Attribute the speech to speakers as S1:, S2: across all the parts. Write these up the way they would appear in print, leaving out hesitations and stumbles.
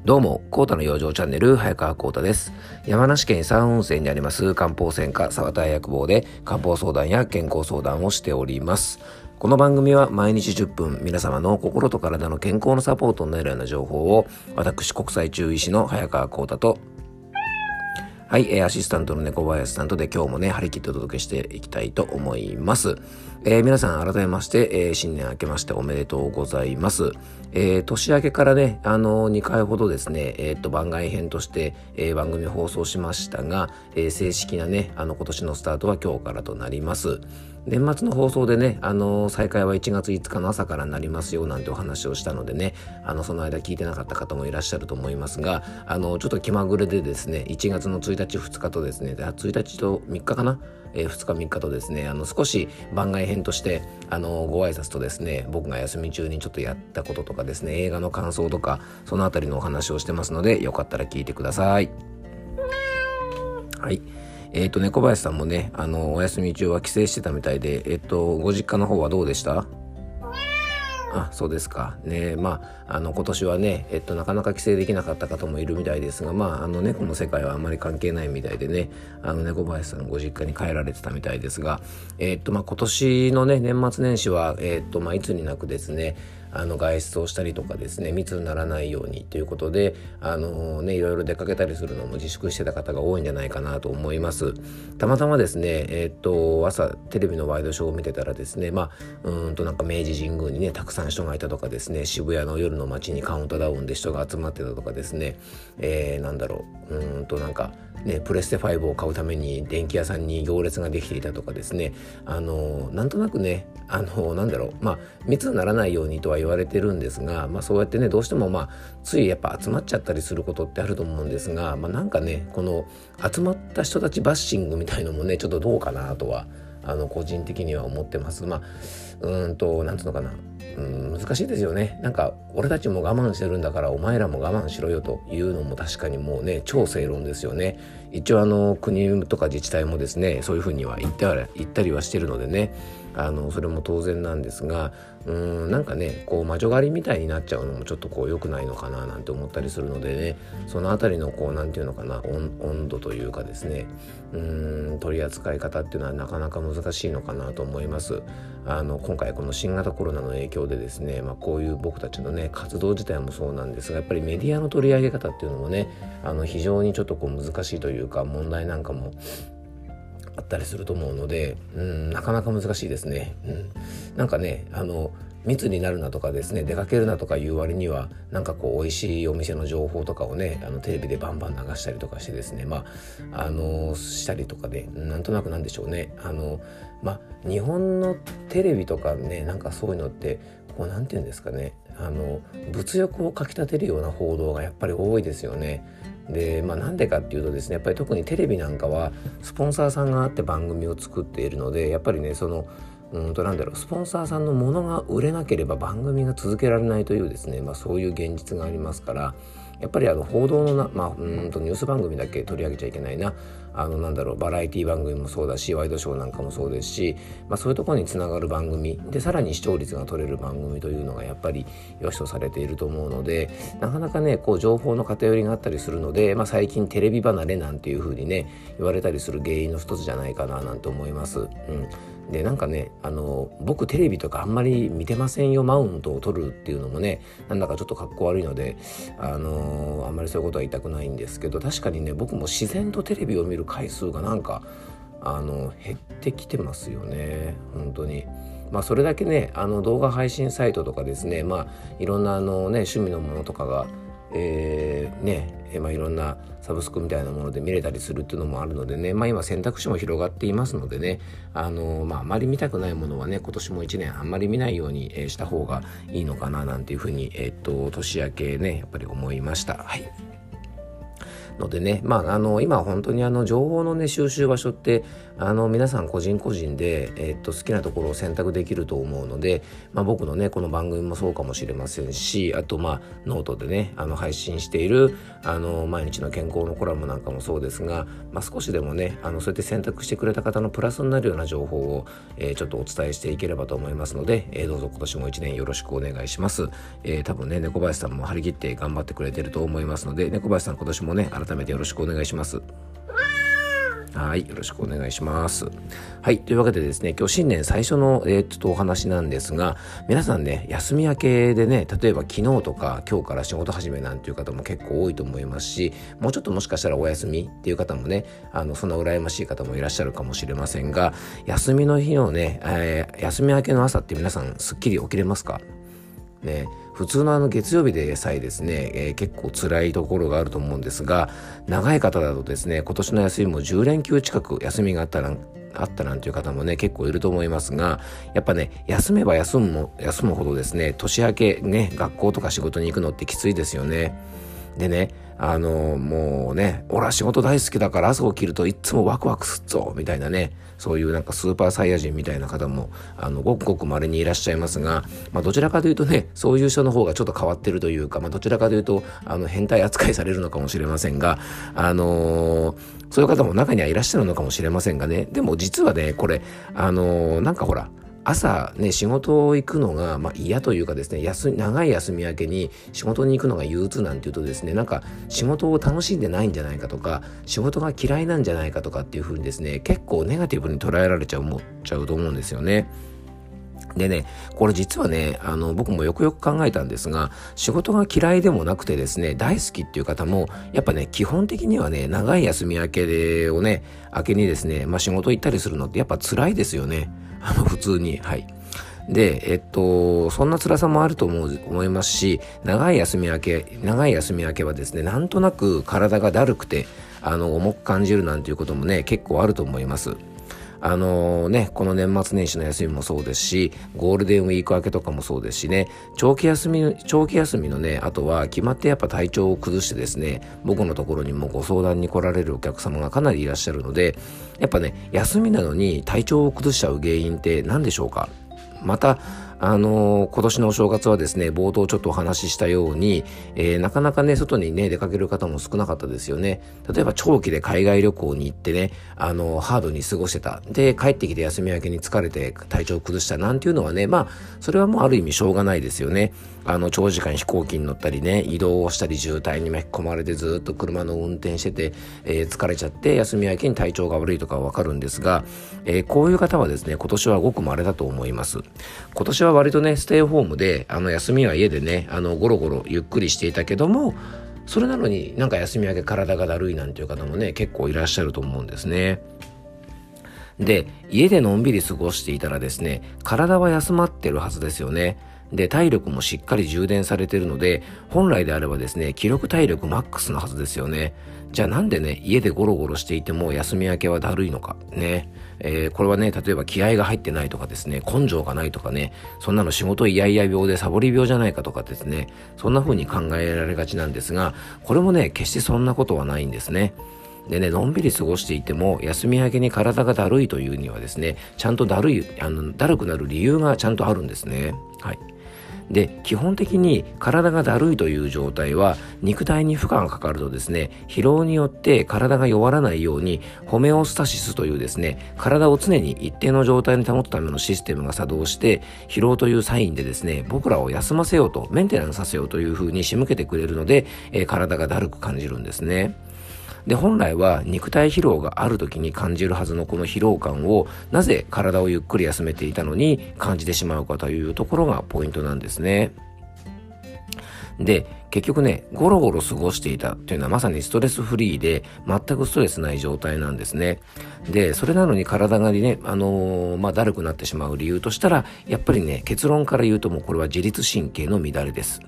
S1: どうも、コータの養生チャンネル、早川コータです。山梨県山雲泉にあります漢方専科沢田薬房で漢方相談や健康相談をしております。この番組は毎日10分、皆様の心と体の健康のサポートになるような情報を、私、国際中医師の早川コータと、アシスタントの猫林さんとで今日もね、張り切ってお届けしていきたいと思います。皆さん改めまして、新年明けましておめでとうございます。年明けからね、2回ほどですね、番外編として、番組放送しましたが、正式なね、今年のスタートは今日からとなります。年末の放送でね、再開は1月5日の朝からになりますよなんてお話をしたのでね、その間聞いてなかった方もいらっしゃると思いますが、ちょっと気まぐれでですね、1月の1日2日とですね、1日と3日かな、2日3日とですね、少し番外編としてご挨拶とですね、僕が休み中にちょっとやったこととかですね、映画の感想とかそのあたりのお話をしてますので、よかったら聞いてください。はい。猫林さんもね、お休み中は帰省してたみたいで、ご実家の方はどうでした？あ、そうですかね。今年はね、なかなか帰省できなかった方もいるみたいですが、猫の世界はあまり関係ないみたいでね、猫林さんご実家に帰られてたみたいですが、今年のね、年末年始は、いつになくですね、外出をしたりとかですね、密にならないようにということで、いろいろ出かけたりするのも自粛してた方が多いんじゃないかなと思います。たまたまですね、朝テレビのワイドショーを見てたらですね、なんか明治神宮にね、たくさん人がいたとかですね、渋谷の夜の街にカウントダウンで人が集まってたとかですね、なんかね、プレステ5を買うために電気屋さんに行列ができていたとかですね、なんとなくね、密にならないようにとは言われてるんですが、そうやってね、どうしてもついやっぱ集まっちゃったりすることってあると思うんですが、なんかね、この集まった人たちバッシングみたいのもね、ちょっとどうかなとは個人的には思ってます。なんつうのかな、難しいですよね。なんか俺たちも我慢してるんだからお前らも我慢しろよというのも確かにもうね、超正論ですよね。一応国とか自治体もですね、そういうふうには言ったりはしてるのでね、それも当然なんですが、なんかね、こう魔女狩りみたいになっちゃうのもちょっとこう良くないのかななんて思ったりするのでね、そのあたりのこうなんていうのかな、温度というかですね、取り扱い方っていうのはなかなか難しいのかなと思います。今回この新型コロナの影響でですね、こういう僕たちのね活動自体もそうなんですが、やっぱりメディアの取り上げ方っていうのもね、非常にちょっとこう難しいというか、問題なんかもあったりすると思うので、なかなか難しいですね。なんかね、密になるなとかですね、出かけるなとかいう割には、なんかこう美味しいお店の情報とかをね、テレビでバンバン流したりとかしてですね、したりとかで、なんとなくなんでしょうね、日本のテレビとかね、なんかそういうのってこうなんていうんですかね、物欲をかきたてるような報道がやっぱり多いですよね。で、なんでかっていうとですね、やっぱり特にテレビなんかはスポンサーさんがあって番組を作っているので、やっぱりね、そのスポンサーさんのものが売れなければ番組が続けられないというですね、そういう現実がありますから、やっぱり報道のニュース番組だけ取り上げちゃいけないな、バラエティ番組もそうだし、ワイドショーなんかもそうですし、そういうところにつながる番組で、さらに視聴率が取れる番組というのがやっぱり良しとされていると思うので、なかなかね、こう情報の偏りがあったりするので、最近テレビ離れなんていう風にね言われたりする原因の一つじゃないかななんて思います。で、なんかね、僕テレビとかあんまり見てませんよマウントを取るっていうのもね、なんだかちょっと格好悪いので、あんまりそういうことは言いたくないんですけど、確かにね、僕も自然とテレビを見る回数がなんか減ってきてますよね、本当に。それだけね、動画配信サイトとかですね、いろんな趣味のものとかがいろんなサブスクみたいなもので見れたりするっていうのもあるのでね、今選択肢も広がっていますのでね、あまり見たくないものはね、今年も1年あんまり見ないように、した方がいいのかななんていうふうに、年明けねやっぱり思いました。はい。 のでね、今本当に情報のね収集場所って皆さん個人個人で、好きなところを選択できると思うので、僕のねこの番組もそうかもしれませんし、あとノートでね配信している毎日の健康のコラムなんかもそうですが、少しでもねそうやって選択してくれた方のプラスになるような情報を、ちょっとお伝えしていければと思いますので、どうぞ今年も1年よろしくお願いします。多分ね猫林さんも張り切って頑張ってくれてると思いますので、猫林さん今年もね改めてよろしくお願いします。はい、よろしくお願いします。はい、というわけでですね、今日新年最初の、お話なんですが、皆さんね、休み明けでね、例えば昨日とか今日から仕事始めなんていう方も結構多いと思いますし、もうちょっともしかしたらお休みっていう方もね、そんな羨ましい方もいらっしゃるかもしれませんが、休みの日のね、休み明けの朝って皆さんすっきり起きれますか？ね、普通の月曜日でさえですね、結構辛いところがあると思うんですが、長い方だとですね、今年の休みも10連休近く休みがあったなんていう方もね結構いると思いますが、やっぱね休めば休むほどですね、年明けね学校とか仕事に行くのってきついですよね。でねもうね俺は仕事大好きだから朝起きるといつもワクワクすっぞみたいなね、そういうなんかスーパーサイヤ人みたいな方もごくごく稀にいらっしゃいますが、どちらかというとねそういう人の方がちょっと変わってるというか、どちらかというと変態扱いされるのかもしれませんが、そういう方も中にはいらっしゃるのかもしれませんがね、でも実はねこれなんかほら朝ね仕事行くのが嫌というかですね、長い休み明けに仕事に行くのが憂鬱なんていうとですね、なんか仕事を楽しんでないんじゃないかとか、仕事が嫌いなんじゃないかとかっていう風にですね、結構ネガティブに捉えられちゃうと思うんですよね。でね、これ実はね僕もよくよく考えたんですが、仕事が嫌いでもなくてですね大好きっていう方もやっぱね基本的にはね長い休み明けをね明けにですね、仕事行ったりするのってやっぱ辛いですよね。普通に。はい。で、そんな辛さもあると思いますし、長い休み明けはですね、なんとなく体がだるくて、重く感じるなんていうこともね、結構あると思います。この年末年始の休みもそうですし、ゴールデンウィーク明けとかもそうですしね、長期休みのね、あとは決まってやっぱ体調を崩してですね、僕のところにもご相談に来られるお客様がかなりいらっしゃるので、やっぱね、休みなのに体調を崩しちゃう原因って何でしょうか？また今年のお正月はですね、冒頭ちょっとお話ししたように、なかなかね外にね出かける方も少なかったですよね。例えば長期で海外旅行に行ってねハードに過ごしてた、で帰ってきて休み明けに疲れて体調を崩したなんていうのはね、それはもうある意味しょうがないですよね。長時間飛行機に乗ったりね、移動をしたり渋滞に巻き込まれてずっと車の運転してて、疲れちゃって休み明けに体調が悪いとかはわかるんですが、こういう方はですね今年はごく稀だと思います。今年は割とねステイホームで休みは家でねゴロゴロゆっくりしていたけども、それなのになんか休み明け体がだるいなんていう方もね結構いらっしゃると思うんですね。で、家でのんびり過ごしていたらですね、体は休まってるはずですよね。で、体力もしっかり充電されているので、本来であればですね、記録体力マックスのはずですよね。じゃあなんでね、家でゴロゴロしていても休み明けはだるいのかね。これはね、例えば気合が入ってないとかですね、根性がないとかね、そんなの仕事イヤイヤ病でサボり病じゃないかとかですね、そんな風に考えられがちなんですが、これもね、決してそんなことはないんですね。でね、のんびり過ごしていても休み明けに体がだるいというにはですね、ちゃんとだるくなる理由がちゃんとあるんですね。はい。で、基本的に体がだるいという状態は肉体に負荷がかかるとですね、疲労によって体が弱らないようにホメオスタシスというですね、体を常に一定の状態に保つためのシステムが作動して、疲労というサインでですね、僕らを休ませようと、メンテナンスさせようという風に仕向けてくれるので、体がだるく感じるんですね。で、本来は肉体疲労がある時に感じるはずのこの疲労感をなぜ体をゆっくり休めていたのに感じてしまうかというところがポイントなんですね。で、結局ね、ゴロゴロ過ごしていたというのはまさにストレスフリーで全くストレスない状態なんですね。で、それなのに体がね、だるくなってしまう理由としたら、やっぱりね、結論から言うともうこれは自律神経の乱れです。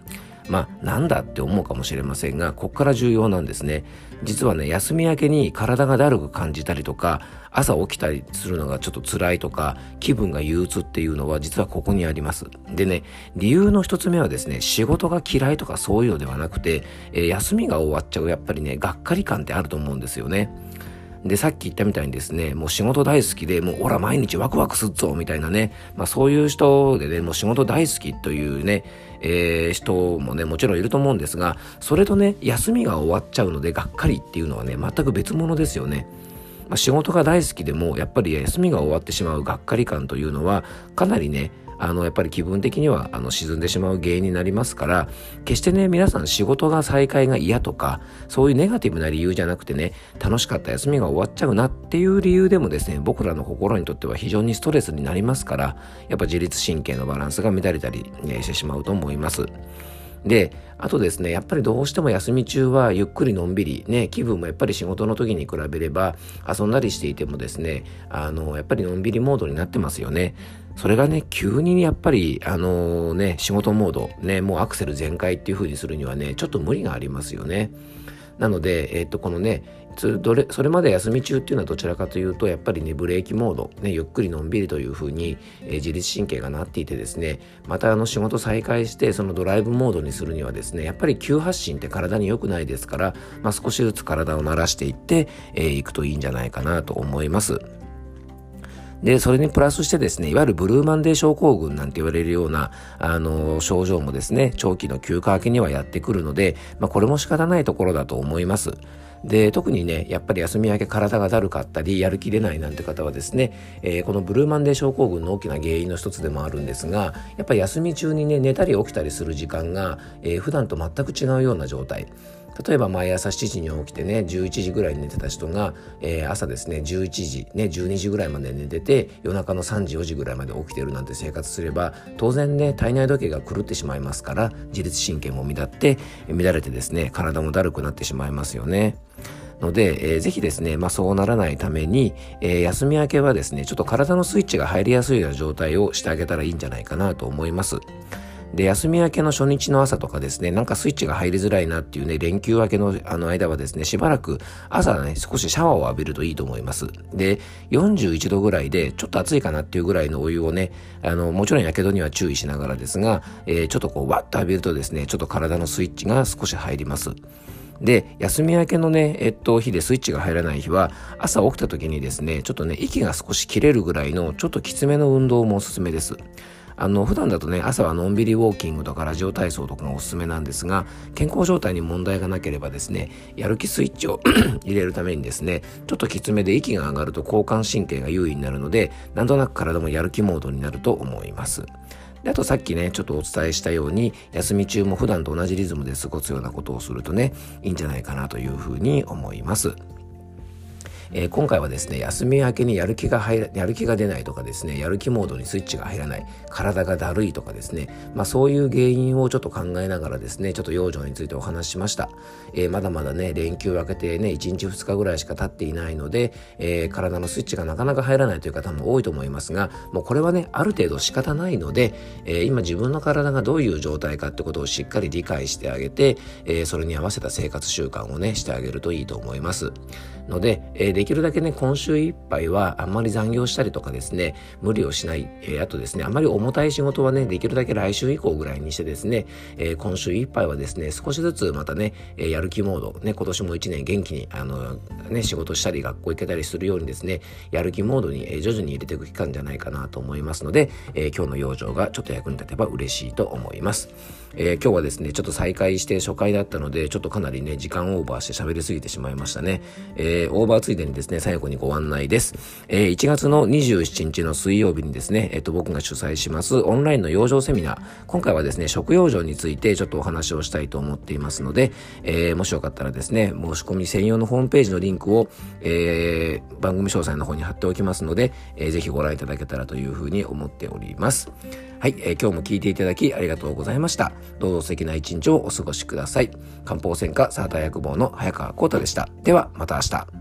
S1: なんだって思うかもしれませんが、ここから重要なんですね。実はね、休み明けに体がだるく感じたりとか、朝起きたりするのがちょっと辛いとか、気分が憂鬱っていうのは実はここにあります。でね、理由の一つ目はですね、仕事が嫌いとかそういうのではなくて、休みが終わっちゃうやっぱりね、がっかり感ってあると思うんですよね。で、さっき言ったみたいにですね、もう仕事大好きで、もうほら毎日ワクワクすっぞみたいなね、そういう人でね、もう仕事大好きというね、人もね、もちろんいると思うんですが、それとね、休みが終わっちゃうのでがっかりっていうのはね、全く別物ですよね。仕事が大好きでも、やっぱり休みが終わってしまうがっかり感というのは、かなりね、やっぱり気分的には沈んでしまう原因になりますから、決してね、皆さん仕事が再開が嫌とか、そういうネガティブな理由じゃなくてね、楽しかった休みが終わっちゃうなっていう理由でもですね、僕らの心にとっては非常にストレスになりますから、やっぱ自律神経のバランスが乱れたり、してしまうと思います。で、あとですね、やっぱりどうしても休み中はゆっくりのんびりね、気分もやっぱり仕事の時に比べれば遊んだりしていてもですね、やっぱりのんびりモードになってますよね。それがね、急にやっぱり仕事モードね、もうアクセル全開っていう風にするにはね、ちょっと無理がありますよね。なので、このね、それまで休み中っていうのはどちらかというと、やっぱりね、ブレーキモード、ね、ゆっくりのんびりという風に、自律神経がなっていてですね、また仕事再開して、そのドライブモードにするにはですね、やっぱり急発進って体に良くないですから、少しずつ体を慣らしていって、いくといいんじゃないかなと思います。で、それにプラスしてですね、いわゆるブルーマンデー症候群なんて言われるような、症状もですね、長期の休暇明けにはやってくるので、これも仕方ないところだと思います。で、特にね、やっぱり休み明け体がだるかったり、やる気出ないなんて方はですね、このブルーマンデー症候群の大きな原因の一つでもあるんですが、やっぱり休み中にね、寝たり起きたりする時間が、普段と全く違うような状態。例えば毎朝7時に起きてね、11時ぐらいに寝てた人が、朝ですね、11時、ね、12時ぐらいまで寝てて、夜中の3時、4時ぐらいまで起きてるなんて生活すれば、当然ね、体内時計が狂ってしまいますから、自律神経も乱れてですね、体もだるくなってしまいますよね。ので、ぜひですね、そうならないために、休み明けはですね、ちょっと体のスイッチが入りやすいような状態をしてあげたらいいんじゃないかなと思います。で、休み明けの初日の朝とかですね、なんかスイッチが入りづらいなっていうね、連休明けの間はですね、しばらく朝ね、少しシャワーを浴びるといいと思います。で、41度ぐらいで、ちょっと暑いかなっていうぐらいのお湯をね、もちろん火傷には注意しながらですが、ちょっとこう、わっと浴びるとですね、ちょっと体のスイッチが少し入ります。で、休み明けのね、日でスイッチが入らない日は、朝起きた時にですね、ちょっとね、息が少し切れるぐらいの、ちょっときつめの運動もおすすめです。普段だとね、朝はのんびりウォーキングとかラジオ体操とかがおすすめなんですが、健康状態に問題がなければですね、やる気スイッチを入れるためにですね、ちょっときつめで息が上がると交感神経が優位になるので、なんとなく体もやる気モードになると思います。で、あとさっきね、ちょっとお伝えしたように、休み中も普段と同じリズムで過ごすようなことをするとね、いいんじゃないかなというふうに思います。今回はですね、休み明けにやる気が出ないとかですね、やる気モードにスイッチが入らない、体がだるいとかですね、そういう原因をちょっと考えながらですね、ちょっと養生についてお話ししました。まだまだね、連休明けてね、1日2日ぐらいしか経っていないので、体のスイッチがなかなか入らないという方も多いと思いますが、もうこれはね、ある程度仕方ないので、今自分の体がどういう状態かってことをしっかり理解してあげて、それに合わせた生活習慣をね、してあげるといいと思います。ので、できるだけね、今週いっぱいはあんまり残業したりとかですね、無理をしない、あとですね、あんまり重たい仕事はね、できるだけ来週以降ぐらいにしてですね、今週いっぱいはですね、少しずつまたね、やる気モード、ね、今年も1年元気に仕事したり学校行けたりするようにですね、やる気モードに、徐々に入れていく期間じゃないかなと思いますので、今日の養生がちょっと役に立てば嬉しいと思います。今日はですね、ちょっと再開して初回だったので、ちょっとかなりね、時間オーバーして喋りすぎてしまいましたね。オーバーついでにですね、最後にご案内です。1月の27日の水曜日にですね、僕が主催しますオンラインの養生セミナー、今回はですね、食養生についてちょっとお話をしたいと思っていますので、もしよかったらですね、申し込み専用のホームページのリンクを、番組詳細の方に貼っておきますので、ぜひご覧いただけたらというふうに思っております。はい、今日も聞いていただきありがとうございました。どうぞ素敵な一日をお過ごしください。漢方専科サーター薬房の早川浩太でした。ではまた明日。